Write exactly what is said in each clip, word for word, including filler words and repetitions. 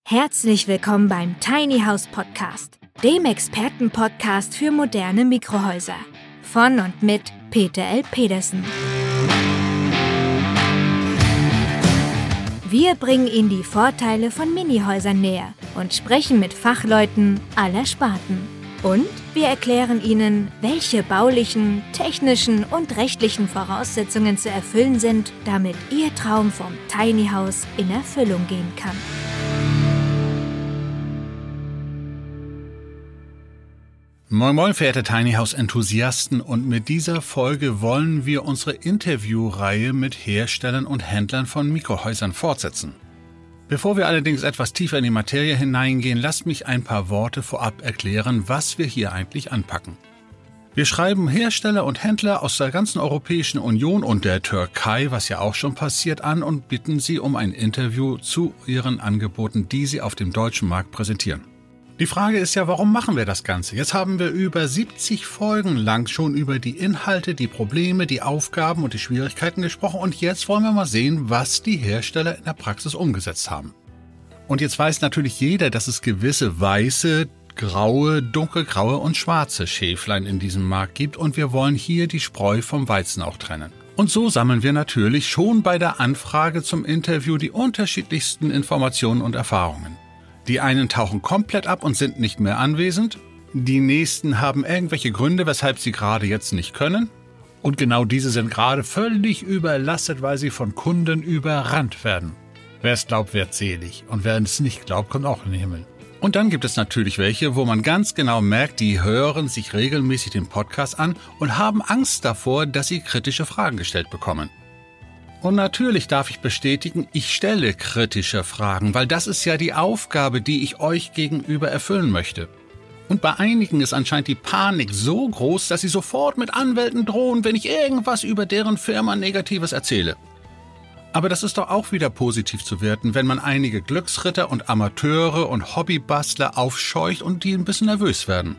Herzlich willkommen beim Tiny House Podcast, dem Expertenpodcast für moderne Mikrohäuser. Von und mit Peter L. Pedersen. Wir bringen Ihnen die Vorteile von Minihäusern näher und sprechen mit Fachleuten aller Sparten. Und wir erklären Ihnen, welche baulichen, technischen und rechtlichen Voraussetzungen zu erfüllen sind, damit Ihr Traum vom Tiny House in Erfüllung gehen kann. Moin Moin, verehrte Tiny House Enthusiasten, und mit dieser Folge wollen wir unsere Interviewreihe mit Herstellern und Händlern von Mikrohäusern fortsetzen. Bevor wir allerdings etwas tiefer in die Materie hineingehen, lasst mich ein paar Worte vorab erklären, was wir hier eigentlich anpacken. Wir schreiben Hersteller und Händler aus der ganzen Europäischen Union und der Türkei, was ja auch schon passiert, an und bitten sie um ein Interview zu ihren Angeboten, die sie auf dem deutschen Markt präsentieren. Die Frage ist ja, warum machen wir das Ganze? Jetzt haben wir über siebzig Folgen lang schon über die Inhalte, die Probleme, die Aufgaben und die Schwierigkeiten gesprochen, und jetzt wollen wir mal sehen, was die Hersteller in der Praxis umgesetzt haben. Und jetzt weiß natürlich jeder, dass es gewisse weiße, graue, dunkelgraue und schwarze Schäflein in diesem Markt gibt, und wir wollen hier die Spreu vom Weizen auch trennen. Und so sammeln wir natürlich schon bei der Anfrage zum Interview die unterschiedlichsten Informationen und Erfahrungen. Die einen tauchen komplett ab und sind nicht mehr anwesend. Die nächsten haben irgendwelche Gründe, weshalb sie gerade jetzt nicht können. Und genau diese sind gerade völlig überlastet, weil sie von Kunden überrannt werden. Wer es glaubt, wird selig. Und wer es nicht glaubt, kommt auch in den Himmel. Und dann gibt es natürlich welche, wo man ganz genau merkt, die hören sich regelmäßig den Podcast an und haben Angst davor, dass sie kritische Fragen gestellt bekommen. Und natürlich darf ich bestätigen, ich stelle kritische Fragen, weil das ist ja die Aufgabe, die ich euch gegenüber erfüllen möchte. Und bei einigen ist anscheinend die Panik so groß, dass sie sofort mit Anwälten drohen, wenn ich irgendwas über deren Firma Negatives erzähle. Aber das ist doch auch wieder positiv zu werten, wenn man einige Glücksritter und Amateure und Hobbybastler aufscheucht und die ein bisschen nervös werden.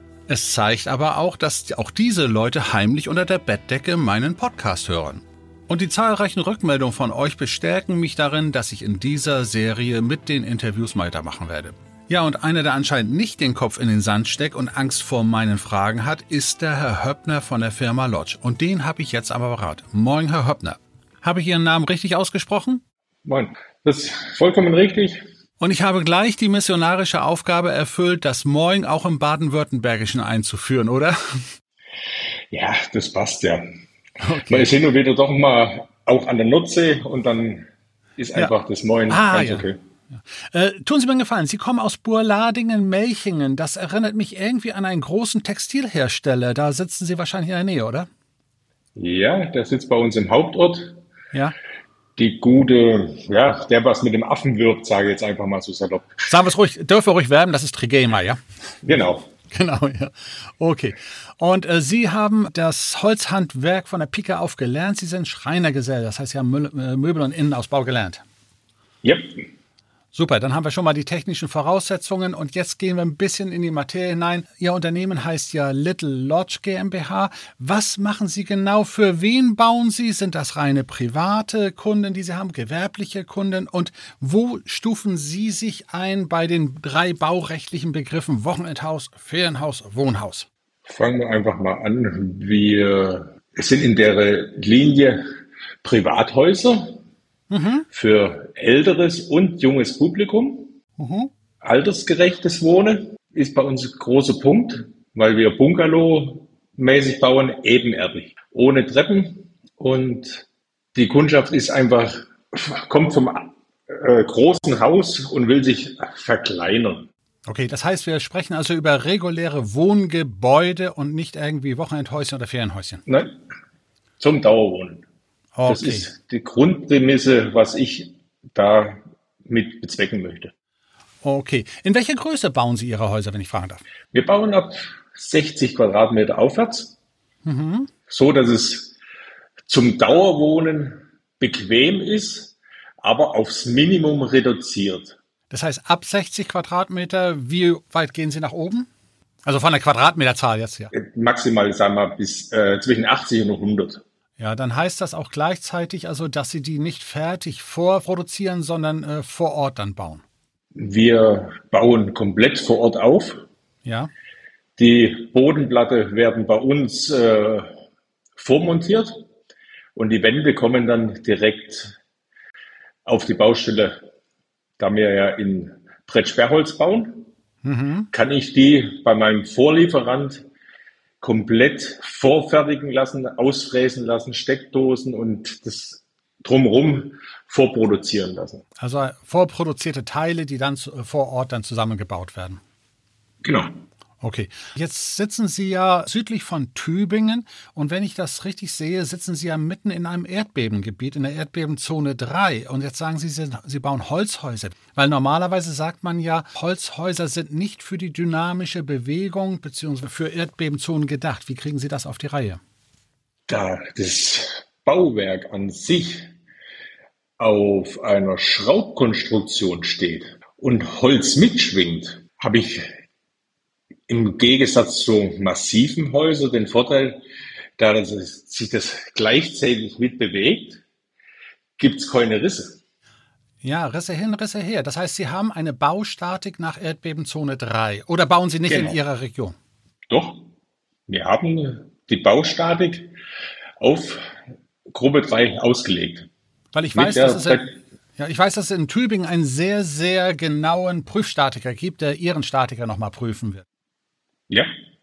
Es zeigt aber auch, dass auch diese Leute heimlich unter der Bettdecke meinen Podcast hören. Und die zahlreichen Rückmeldungen von euch bestärken mich darin, dass ich in dieser Serie mit den Interviews weitermachen werde. Ja, und einer, der anscheinend nicht den Kopf in den Sand steckt und Angst vor meinen Fragen hat, ist der Herr Höppner von der Firma Lodge. Und den habe ich jetzt aber parat. Moin, Herr Höppner. Habe ich Ihren Namen richtig ausgesprochen? Moin, das ist vollkommen richtig. Und ich habe gleich die missionarische Aufgabe erfüllt, das Moin auch im Baden-Württembergischen einzuführen, oder? Ja, das passt ja. Okay. Man ist hin und wieder doch mal auch an der Nordsee und dann ist einfach ja. das Moin ah, ganz ja. okay. Ja. Äh, tun Sie mir einen Gefallen, Sie kommen aus Burladingen-Melchingen. Das erinnert mich irgendwie an einen großen Textilhersteller. Da sitzen Sie wahrscheinlich in der Nähe, oder? Ja, der sitzt bei uns im Hauptort. Ja. Die gute, ja, der was mit dem Affen wirbt, sage ich jetzt einfach mal so salopp. Sagen wir es ruhig, dürfen wir ruhig werben, das ist Trigema, ja? Genau. Genau, ja. Okay. Und äh, Sie haben das Holzhandwerk von der Pike auf gelernt. Sie sind Schreinergesell, das heißt, Sie haben Mö- äh, Möbel- und Innenausbau gelernt. Yep. Super, dann haben wir schon mal die technischen Voraussetzungen und jetzt gehen wir ein bisschen in die Materie hinein. Ihr Unternehmen heißt ja Little Lodge GmbH. Was machen Sie genau? Für wen bauen Sie? Sind das reine private Kunden, die Sie haben, gewerbliche Kunden? Und wo stufen Sie sich ein bei den drei baurechtlichen Begriffen Wochenendhaus, Ferienhaus, Wohnhaus? Fangen wir einfach mal an. Wir sind in der Linie Privathäuser. Mhm. Für älteres und junges Publikum. Mhm. Altersgerechtes Wohnen ist bei uns ein großer Punkt, weil wir Bungalow-mäßig bauen, ebenerdig, ohne Treppen. Und die Kundschaft ist einfach, kommt vom äh, großen Haus und will sich verkleinern. Okay, das heißt, wir sprechen also über reguläre Wohngebäude und nicht irgendwie Wochenendhäuschen oder Ferienhäuschen? Nein, zum Dauerwohnen. Okay. Das ist die Grundprämisse, was ich da mit bezwecken möchte. Okay. In welcher Größe bauen Sie Ihre Häuser, wenn ich fragen darf? Wir bauen ab sechzig Quadratmeter aufwärts, mhm. so dass es zum Dauerwohnen bequem ist, aber aufs Minimum reduziert. Das heißt, ab sechzig Quadratmeter, wie weit gehen Sie nach oben? Also von der Quadratmeterzahl jetzt, ja. Maximal, sagen wir, bis äh, zwischen achtzig und hundert. Ja, dann heißt das auch gleichzeitig, also, dass Sie die nicht fertig vorproduzieren, sondern äh, vor Ort dann bauen. Wir bauen komplett vor Ort auf. Ja. Die Bodenplatte werden bei uns äh, vormontiert und die Wände kommen dann direkt auf die Baustelle. Da wir ja in Brettsperrholz bauen, mhm. kann ich die bei meinem Vorlieferant komplett vorfertigen lassen, ausfräsen lassen, Steckdosen und das drumherum vorproduzieren lassen. Also vorproduzierte Teile, die dann vor Ort dann zusammengebaut werden. Genau. Okay, jetzt sitzen Sie ja südlich von Tübingen und wenn ich das richtig sehe, sitzen Sie ja mitten in einem Erdbebengebiet, in der Erdbebenzone drei. Und jetzt sagen Sie, Sie bauen Holzhäuser, weil normalerweise sagt man ja, Holzhäuser sind nicht für die dynamische Bewegung bzw. für Erdbebenzonen gedacht. Wie kriegen Sie das auf die Reihe? Da das Bauwerk an sich auf einer Schraubkonstruktion steht und Holz mitschwingt, habe ich im Gegensatz zu massiven Häusern den Vorteil, da sich das gleichzeitig mit bewegt, gibt es keine Risse. Ja, Risse hin, Risse her. Das heißt, Sie haben eine Baustatik nach Erdbebenzone drei. Oder bauen Sie nicht genau. in Ihrer Region? Doch, wir haben die Baustatik auf Gruppe drei ausgelegt. Weil ich weiß, dass es in, ja, ich weiß, dass es in Tübingen einen sehr, sehr genauen Prüfstatiker gibt, der Ihren Statiker nochmal prüfen wird. Ja,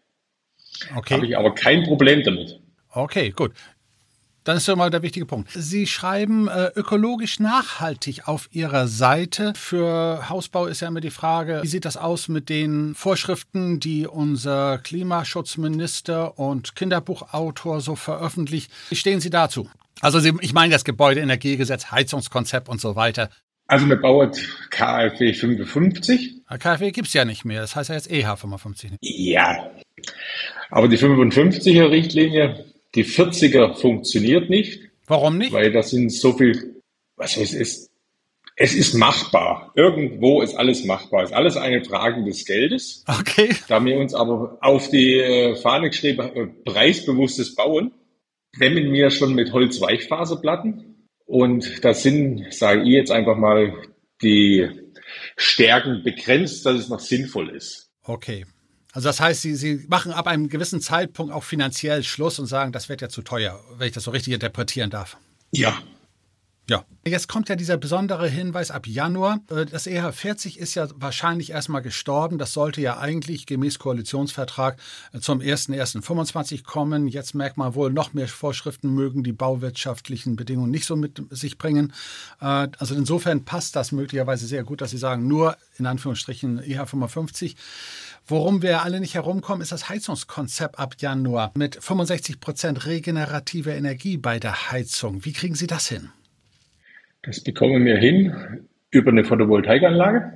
okay. Habe ich aber kein Problem damit. Okay, gut. Dann ist ja mal der wichtige Punkt. Sie schreiben äh, ökologisch nachhaltig auf Ihrer Seite. Für Hausbau ist ja immer die Frage, wie sieht das aus mit den Vorschriften, die unser Klimaschutzminister und Kinderbuchautor so veröffentlicht? Wie stehen Sie dazu? Also Sie, ich meine das Gebäudeenergiegesetz, Heizungskonzept und so weiter. Also wir bauen K f W fünfundfünfzig. K f W gibt es ja nicht mehr, das heißt ja jetzt E H fünfundfünfzig. Ja, aber die fünfundfünfziger Richtlinie, die vierziger funktioniert nicht. Warum nicht? Weil das sind so viel, was es ist, es ist machbar. Irgendwo ist alles machbar. Es ist alles eine Frage des Geldes. Okay. Da wir uns aber auf die Fahne geschrieben, preisbewusstes Bauen, dämmen wir schon mit Holzweichfaserplatten. Und das sind, sage ich jetzt einfach mal, die Stärken begrenzt, dass es noch sinnvoll ist. Okay. Also das heißt, Sie, Sie machen ab einem gewissen Zeitpunkt auch finanziell Schluss und sagen, das wird ja zu teuer, wenn ich das so richtig interpretieren darf. Ja. Ja. Jetzt kommt ja dieser besondere Hinweis ab Januar. Das E H vierzig ist ja wahrscheinlich erstmal gestorben. Das sollte ja eigentlich gemäß Koalitionsvertrag zum ersten ersten fünfundzwanzig kommen. Jetzt merkt man wohl, noch mehr Vorschriften mögen die bauwirtschaftlichen Bedingungen nicht so mit sich bringen. Also insofern passt das möglicherweise sehr gut, dass Sie sagen, nur in Anführungsstrichen E H fünfundfünfzig. Worum wir alle nicht herumkommen, ist das Heizungskonzept ab Januar mit fünfundsechzig Prozent regenerativer Energie bei der Heizung. Wie kriegen Sie das hin? Das bekommen wir hin über eine Photovoltaikanlage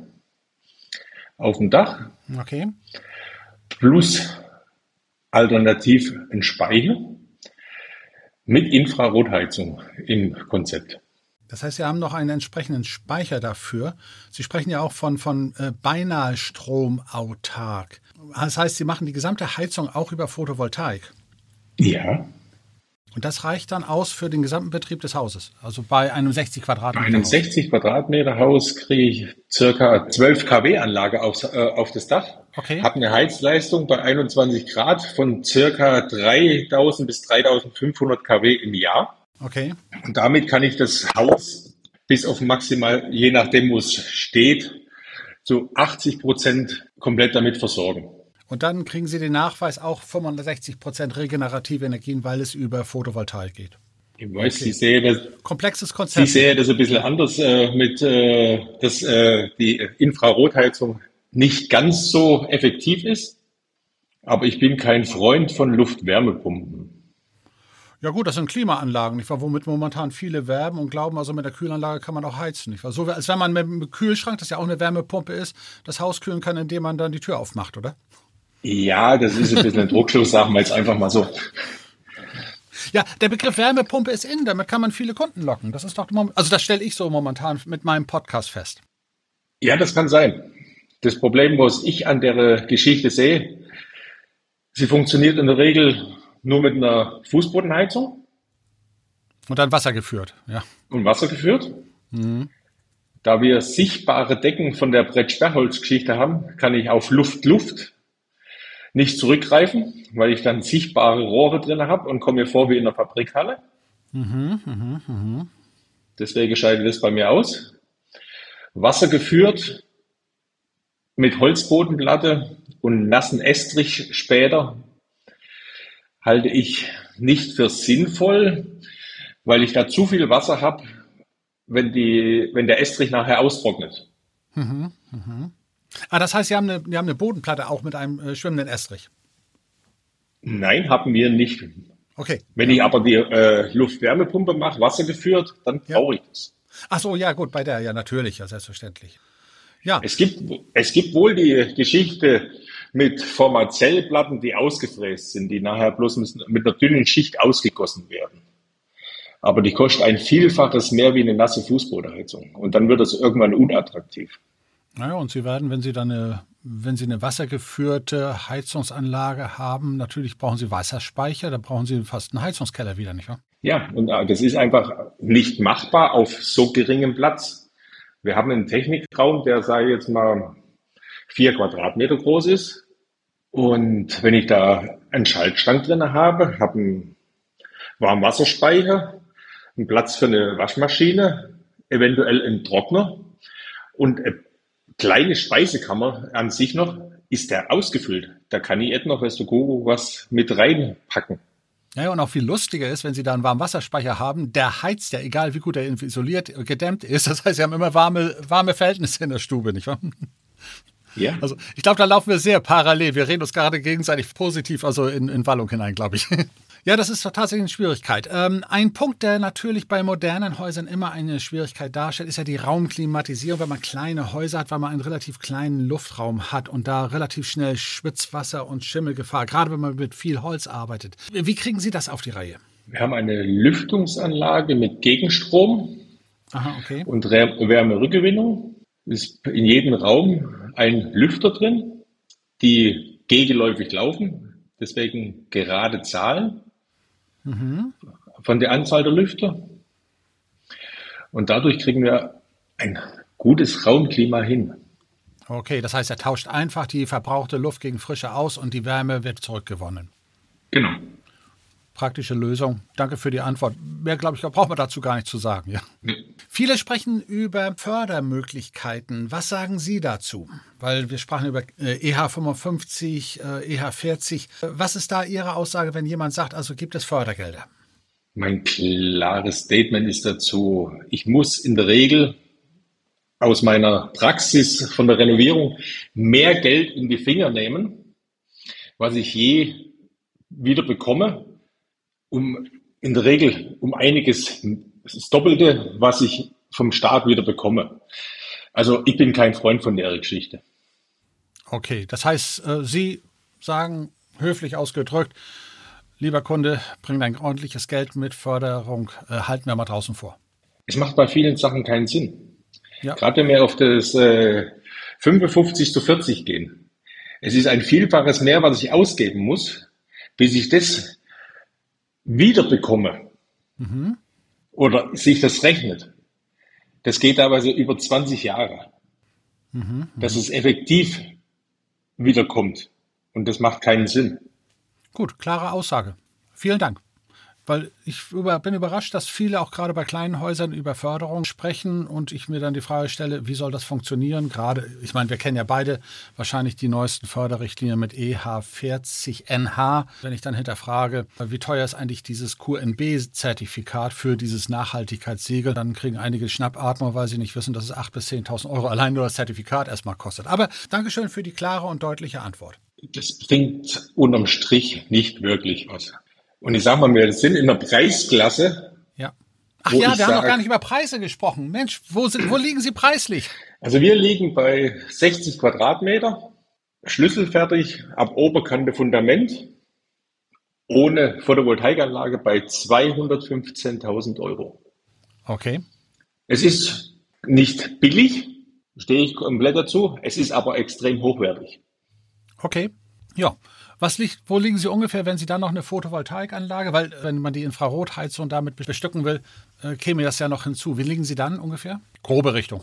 auf dem Dach. Okay. Plus alternativ ein Speicher mit Infrarotheizung im Konzept. Das heißt, Sie haben noch einen entsprechenden Speicher dafür. Sie sprechen ja auch von, von äh, beinahe stromautark. Das heißt, Sie machen die gesamte Heizung auch über Photovoltaik. Ja. Und das reicht dann aus für den gesamten Betrieb des Hauses? Also bei einem sechzig Quadratmeter Bei einem Haus. sechzig Quadratmeter Haus kriege ich circa zwölf Kilowatt Anlage aufs, äh, auf das Dach. Okay. Habe eine Heizleistung bei einundzwanzig Grad von circa dreitausend bis dreitausendfünfhundert Kilowatt im Jahr. Okay. Und damit kann ich das Haus bis auf maximal, je nachdem, wo es steht, zu achtzig Prozent komplett damit versorgen. Und dann kriegen Sie den Nachweis auch fünfundsechzig Prozent regenerative Energien, weil es über Photovoltaik geht. Ich weiß, Okay. Sie sehen das, Komplexes Konzept. Sie sehen das ein bisschen anders äh, mit, äh, dass äh, die Infrarotheizung nicht ganz so effektiv ist. Aber ich bin kein Freund von Luft-Wärmepumpen. Ja gut, das sind Klimaanlagen, nicht wahr? Womit momentan viele werben und glauben, also mit der Kühlanlage kann man auch heizen. Nicht wahr? So als wenn man mit dem Kühlschrank, das ja auch eine Wärmepumpe ist, das Haus kühlen kann, indem man dann die Tür aufmacht, oder? Ja, das ist ein bisschen ein Druckschluss, sagen wir jetzt einfach mal so. Ja, der Begriff Wärmepumpe ist in, damit kann man viele Kunden locken. Das ist doch, also das stelle ich so momentan mit meinem Podcast fest. Ja, das kann sein. Das Problem, was ich an der Geschichte sehe, sie funktioniert in der Regel nur mit einer Fußbodenheizung. Und dann Wasser geführt, ja. Und Wasser geführt. Mhm. Da wir sichtbare Decken von der Brett-Sperrholz-Geschichte haben, kann ich auf Luft-Luft nicht zurückgreifen, weil ich dann sichtbare Rohre drin habe und komme mir vor wie in einer Fabrikhalle. Mhm, mh, mh. Deswegen scheidet das bei mir aus. Wasser geführt mit Holzbodenplatte und nassen Estrich später halte ich nicht für sinnvoll, weil ich da zu viel Wasser habe, wenn, die, wenn der Estrich nachher austrocknet. Mhm, mh. Ah, das heißt, Sie haben eine, Sie haben eine Bodenplatte auch mit einem äh, schwimmenden Estrich? Nein, haben wir nicht. Okay. Wenn ich aber die äh, Luft-Wärmepumpe mache, Wasser geführt, dann Ja. brauche ich das. Ach so, ja gut, bei der, ja natürlich, ja selbstverständlich. Ja, Es gibt, es gibt wohl die Geschichte mit Formazellplatten, die ausgefräst sind, die nachher bloß müssen, mit einer dünnen Schicht ausgegossen werden. Aber die kostet ein Vielfaches mehr wie eine nasse Fußbodenheizung. Und dann wird das irgendwann unattraktiv. naja, und Sie werden, wenn Sie dann eine, wenn Sie eine wassergeführte Heizungsanlage haben, natürlich brauchen Sie Wasserspeicher, da brauchen Sie fast einen Heizungskeller wieder, nicht wahr? Ja, und äh, das ist einfach nicht machbar auf so geringem Platz. Wir haben einen Technikraum, der, sage ich jetzt mal, vier Quadratmeter groß ist. Und wenn ich da einen Schaltschrank drin habe, habe einen Warmwasserspeicher, einen Platz für eine Waschmaschine, eventuell einen Trockner und eine kleine Speisekammer an sich noch, ist der ausgefüllt. Da kann ich etwa noch, weißt du, Gogo, was mit reinpacken. Ja, und auch viel lustiger ist, wenn Sie da einen warmen Wasserspeicher haben, der heizt ja, egal wie gut er isoliert, gedämmt ist. Das heißt, Sie haben immer warme, warme Verhältnisse in der Stube, nicht wahr? Ja. Also ich glaube, da laufen wir sehr parallel. Wir reden uns gerade gegenseitig positiv, also in, in Wallung hinein, glaube ich. Ja, das ist doch tatsächlich eine Schwierigkeit. Ähm, ein Punkt, der natürlich bei modernen Häusern immer eine Schwierigkeit darstellt, ist ja die Raumklimatisierung, wenn man kleine Häuser hat, weil man einen relativ kleinen Luftraum hat und da relativ schnell Schwitzwasser und Schimmelgefahr, gerade wenn man mit viel Holz arbeitet. Wie kriegen Sie das auf die Reihe? Wir haben eine Lüftungsanlage mit Gegenstrom Aha, okay. und Rä- Wärmerückgewinnung. Ist in jedem Raum ein Lüfter drin, die gegenläufig laufen, deswegen gerade Zahlen Mhm. von der Anzahl der Lüfter. Und dadurch kriegen wir ein gutes Raumklima hin. Okay, das heißt, er tauscht einfach die verbrauchte Luft gegen Frische aus und die Wärme wird zurückgewonnen. Genau. Praktische Lösung. Danke für die Antwort. Mehr, glaube ich, braucht man dazu gar nicht zu sagen. Ja. Viele sprechen über Fördermöglichkeiten. Was sagen Sie dazu? Weil wir sprachen über äh, E H fünfundfünfzig, äh, E H vierzig. Was ist da Ihre Aussage, wenn jemand sagt, also gibt es Fördergelder? Mein klares Statement ist dazu, ich muss in der Regel aus meiner Praxis von der Renovierung mehr Geld in die Finger nehmen, was ich je wieder bekomme, um in der Regel um einiges das Doppelte, was ich vom Staat wieder bekomme. Also ich bin kein Freund von der Geschichte. Okay, das heißt, äh, Sie sagen, höflich ausgedrückt, lieber Kunde, bring dein ordentliches Geld mit, Förderung äh, halten wir mal draußen vor. Es macht bei vielen Sachen keinen Sinn. Ja. Gerade wenn wir auf das äh, fünfundfünfzig zu vierzig gehen. Es ist ein Vielfaches mehr, was ich ausgeben muss, bis ich das wieder bekomme Mhm. oder sich das rechnet. Das geht teilweise über zwanzig Jahre, Mhm. dass es effektiv wiederkommt. Und das macht keinen Sinn. Gut, klare Aussage. Vielen Dank. Weil ich über, bin überrascht, dass viele auch gerade bei kleinen Häusern über Förderung sprechen und ich mir dann die Frage stelle, wie soll das funktionieren? Gerade, ich meine, wir kennen ja beide wahrscheinlich die neuesten Förderrichtlinien mit E H vierzig N H. Wenn ich dann hinterfrage, wie teuer ist eigentlich dieses Q N B-Zertifikat für dieses Nachhaltigkeitssiegel, dann kriegen einige Schnappatmer, weil sie nicht wissen, dass es achttausend bis zehntausend Euro allein nur das Zertifikat erstmal kostet. Aber Dankeschön für die klare und deutliche Antwort. Das bringt unterm Strich nicht wirklich was. Und ich sage mal, wir sind in einer Preisklasse. Ja. Ach Wo ja, ich wir haben noch sag- gar nicht über Preise gesprochen. Mensch, wo, sind, wo liegen Sie preislich? Also wir liegen bei sechzig Quadratmeter, schlüsselfertig, ab Oberkante Fundament, ohne Photovoltaikanlage bei zweihundertfünfzehntausend Euro. Okay. Es ist nicht billig, stehe ich komplett dazu. Es ist aber extrem hochwertig. Okay. Ja. Was liegt, wo liegen Sie ungefähr, wenn Sie dann noch eine Photovoltaikanlage, weil wenn man die Infrarotheizung damit bestücken will, äh, käme das ja noch hinzu. Wie liegen Sie dann ungefähr? Grobe Richtung.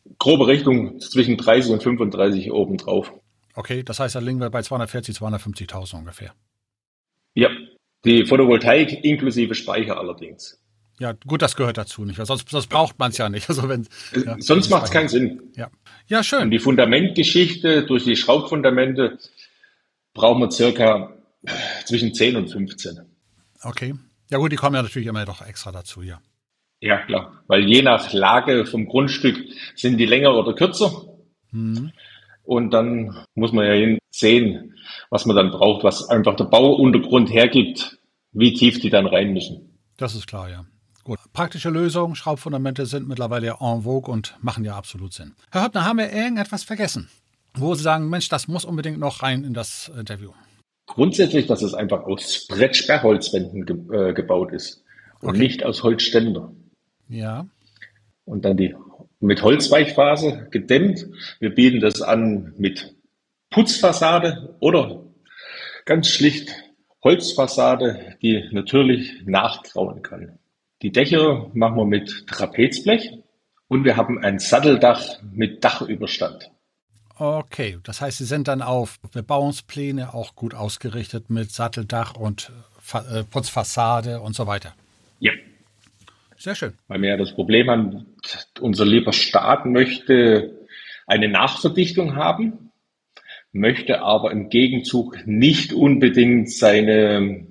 grobe Richtung zwischen dreißig und fünfunddreißig obendrauf. Okay, das heißt, da liegen wir bei zweihundertvierzig, zweihundertfünfzigtausend ungefähr. Ja, die Photovoltaik inklusive Speicher allerdings. Ja, gut, das gehört dazu, nicht? Weil sonst, sonst braucht man es ja nicht. Also wenn, ja, sonst macht es keinen Sinn. Ja. Ja, schön. Und die Fundamentgeschichte durch die Schraubfundamente brauchen wir circa zwischen zehn und fünfzehn. Okay. Ja gut, die kommen ja natürlich immer doch extra dazu, ja. Ja, klar. Weil je nach Lage vom Grundstück sind die länger oder kürzer. Mhm. Und dann muss man ja sehen, was man dann braucht, was einfach der Bauuntergrund hergibt, wie tief die dann rein müssen. Das ist klar, ja. Gut. Praktische Lösungen, Schraubfundamente sind mittlerweile ja en vogue und machen ja absolut Sinn. Herr Höppner, haben wir irgendetwas vergessen, wo Sie sagen, Mensch, das muss unbedingt noch rein in das Interview? Grundsätzlich, dass es einfach aus Brettsperrholzwänden ge- äh, gebaut ist und okay. nicht aus Holzständer. Ja. Und dann die mit Holzweichphase gedämmt. Wir bieten das an mit Putzfassade oder ganz schlicht Holzfassade, die natürlich nachgrauen kann. Die Dächer machen wir mit Trapezblech und wir haben ein Satteldach mit Dachüberstand. Okay, das heißt, Sie sind dann auf Bebauungspläne auch gut ausgerichtet mit Satteldach und Fa- äh, Putzfassade und so weiter. Ja. Sehr schön. Weil wir ja das Problem haben, unser lieber Staat möchte eine Nachverdichtung haben, möchte aber im Gegenzug nicht unbedingt seine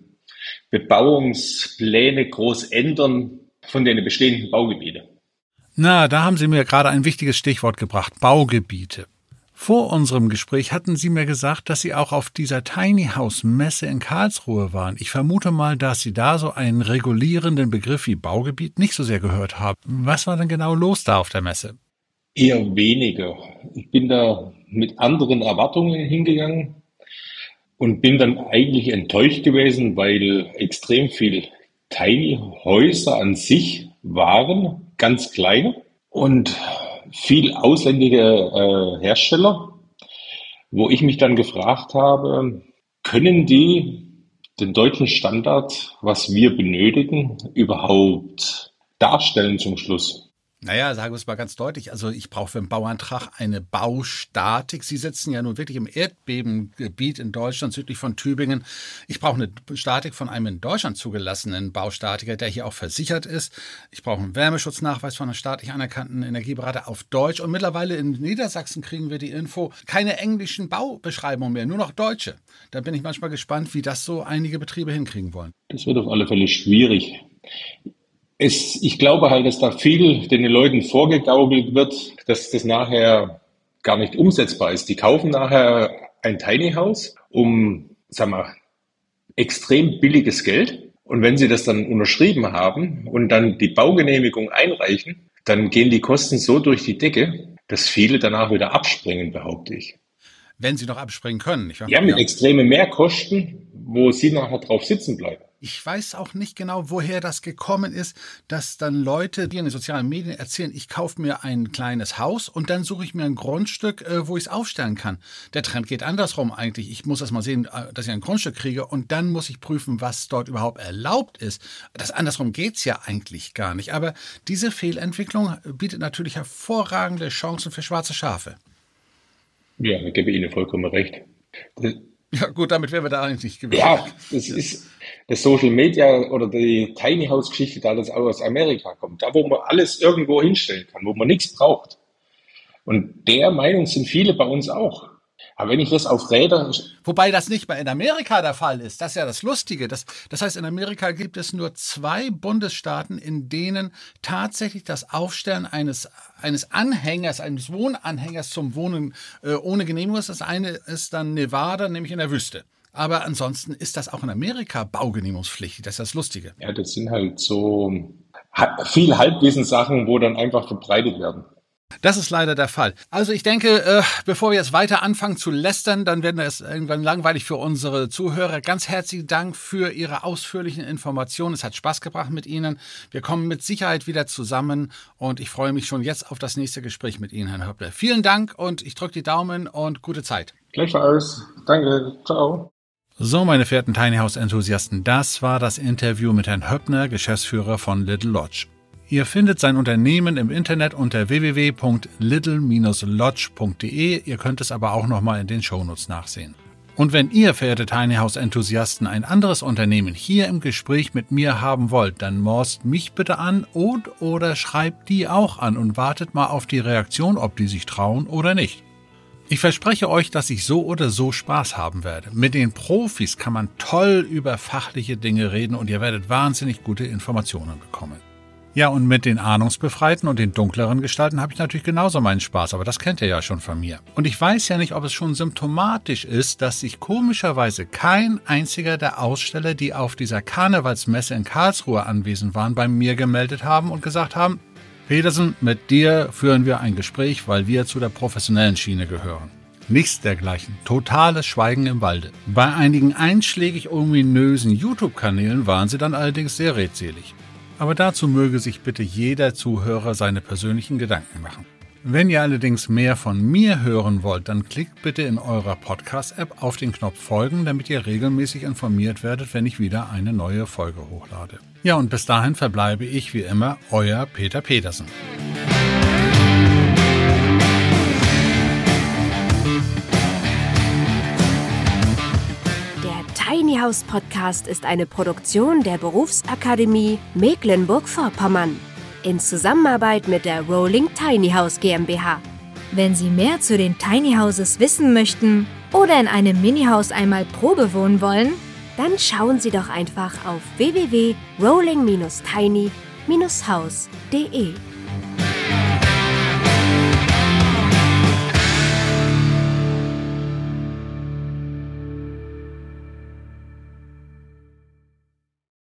Bebauungspläne groß ändern von den bestehenden Baugebieten. Na, da haben Sie mir gerade ein wichtiges Stichwort gebracht, Baugebiete. Vor unserem Gespräch hatten Sie mir gesagt, dass Sie auch auf dieser Tiny House Messe in Karlsruhe waren. Ich vermute mal, dass Sie da so einen regulierenden Begriff wie Baugebiet nicht so sehr gehört haben. Was war denn genau los da auf der Messe? Eher weniger. Ich bin da mit anderen Erwartungen hingegangen und bin dann eigentlich enttäuscht gewesen, weil extrem viel Tiny Häuser an sich waren, ganz kleine und viel ausländische äh, Hersteller, wo ich mich dann gefragt habe, können die den deutschen Standard, was wir benötigen, überhaupt darstellen zum Schluss? Naja, sagen wir es mal ganz deutlich. Also ich brauche für einen Bauantrag eine Baustatik. Sie sitzen ja nun wirklich im Erdbebengebiet in Deutschland, südlich von Tübingen. Ich brauche eine Statik von einem in Deutschland zugelassenen Baustatiker, der hier auch versichert ist. Ich brauche einen Wärmeschutznachweis von einem staatlich anerkannten Energieberater auf Deutsch. Und mittlerweile in Niedersachsen kriegen wir die Info, keine englischen Baubeschreibungen mehr, nur noch deutsche. Da bin ich manchmal gespannt, wie das so einige Betriebe hinkriegen wollen. Das wird auf alle Fälle schwierig. Es, ich glaube halt, dass da viel den Leuten vorgegaukelt wird, dass das nachher gar nicht umsetzbar ist. Die kaufen nachher ein Tiny House um, sag mal, extrem billiges Geld. Und wenn sie das dann unterschrieben haben und dann die Baugenehmigung einreichen, dann gehen die Kosten so durch die Decke, dass viele danach wieder abspringen, behaupte ich. Wenn sie noch abspringen können, nicht wahr? Ja, mit ja. extremen Mehrkosten, wo sie nachher drauf sitzen bleiben. Ich weiß auch nicht genau, woher das gekommen ist, dass dann Leute, die in den sozialen Medien erzählen, ich kaufe mir ein kleines Haus und dann suche ich mir ein Grundstück, wo ich es aufstellen kann. Der Trend geht andersrum eigentlich. Ich muss erst mal sehen, dass ich ein Grundstück kriege und dann muss ich prüfen, was dort überhaupt erlaubt ist. Das andersrum geht's ja eigentlich gar nicht. Aber diese Fehlentwicklung bietet natürlich hervorragende Chancen für schwarze Schafe. Ja, ich gebe Ihnen vollkommen recht. Das Ja gut, damit wären wir da eigentlich nicht gewesen. Ja, das ist das Social Media oder die Tiny House Geschichte, da das auch aus Amerika kommt. Da, wo man alles irgendwo hinstellen kann, wo man nichts braucht. Und der Meinung sind viele bei uns auch. Aber wenn ich das auf Räder... Wobei das nicht mal in Amerika der Fall ist. Das ist ja das Lustige. Das, das heißt, in Amerika gibt es nur zwei Bundesstaaten, in denen tatsächlich das Aufstellen eines, eines Anhängers, eines Wohnanhängers zum Wohnen äh, ohne Genehmigung ist. Das eine ist dann Nevada, nämlich in der Wüste. Aber ansonsten ist das auch in Amerika baugenehmigungspflichtig. Das ist das Lustige. Ja, das sind halt so viel Halbwissenssachen, wo dann einfach verbreitet werden. Das ist leider der Fall. Also ich denke, äh, bevor wir jetzt weiter anfangen zu lästern, dann werden es irgendwann langweilig für unsere Zuhörer. Ganz herzlichen Dank für Ihre ausführlichen Informationen. Es hat Spaß gebracht mit Ihnen. Wir kommen mit Sicherheit wieder zusammen und ich freue mich schon jetzt auf das nächste Gespräch mit Ihnen, Herrn Höppner. Vielen Dank und ich drücke die Daumen und gute Zeit. Gleichfalls. Danke. Ciao. So, meine verehrten Tiny House Enthusiasten, das war das Interview mit Herrn Höppner, Geschäftsführer von Little Lodge. Ihr findet sein Unternehmen im Internet unter w w w punkt little dash lodge punkt d e. Ihr könnt es aber auch nochmal in den Shownotes nachsehen. Und wenn ihr, verehrte Tiny House Enthusiasten, ein anderes Unternehmen hier im Gespräch mit mir haben wollt, dann morst mich bitte an und oder schreibt die auch an und wartet mal auf die Reaktion, ob die sich trauen oder nicht. Ich verspreche euch, dass ich so oder so Spaß haben werde. Mit den Profis kann man toll über fachliche Dinge reden und ihr werdet wahnsinnig gute Informationen bekommen. Ja, und mit den Ahnungsbefreiten und den dunkleren Gestalten habe ich natürlich genauso meinen Spaß, aber das kennt ihr ja schon von mir. Und ich weiß ja nicht, ob es schon symptomatisch ist, dass sich komischerweise kein einziger der Aussteller, die auf dieser Karnevalsmesse in Karlsruhe anwesend waren, bei mir gemeldet haben und gesagt haben, Petersen, mit dir führen wir ein Gespräch, weil wir zu der professionellen Schiene gehören. Nichts dergleichen. Totales Schweigen im Walde. Bei einigen einschlägig ominösen YouTube-Kanälen waren sie dann allerdings sehr redselig. Aber dazu möge sich bitte jeder Zuhörer seine persönlichen Gedanken machen. Wenn ihr allerdings mehr von mir hören wollt, dann klickt bitte in eurer Podcast-App auf den Knopf Folgen, damit ihr regelmäßig informiert werdet, wenn ich wieder eine neue Folge hochlade. Ja, und bis dahin verbleibe ich wie immer euer Peter Petersen. Tiny House Podcast ist eine Produktion der Berufsakademie Mecklenburg-Vorpommern in Zusammenarbeit mit der Rolling Tiny House GmbH. Wenn Sie mehr zu den Tiny Houses wissen möchten oder in einem Mini-Haus einmal Probe wohnen wollen, dann schauen Sie doch einfach auf w w w punkt rolling dash tiny dash house punkt d e.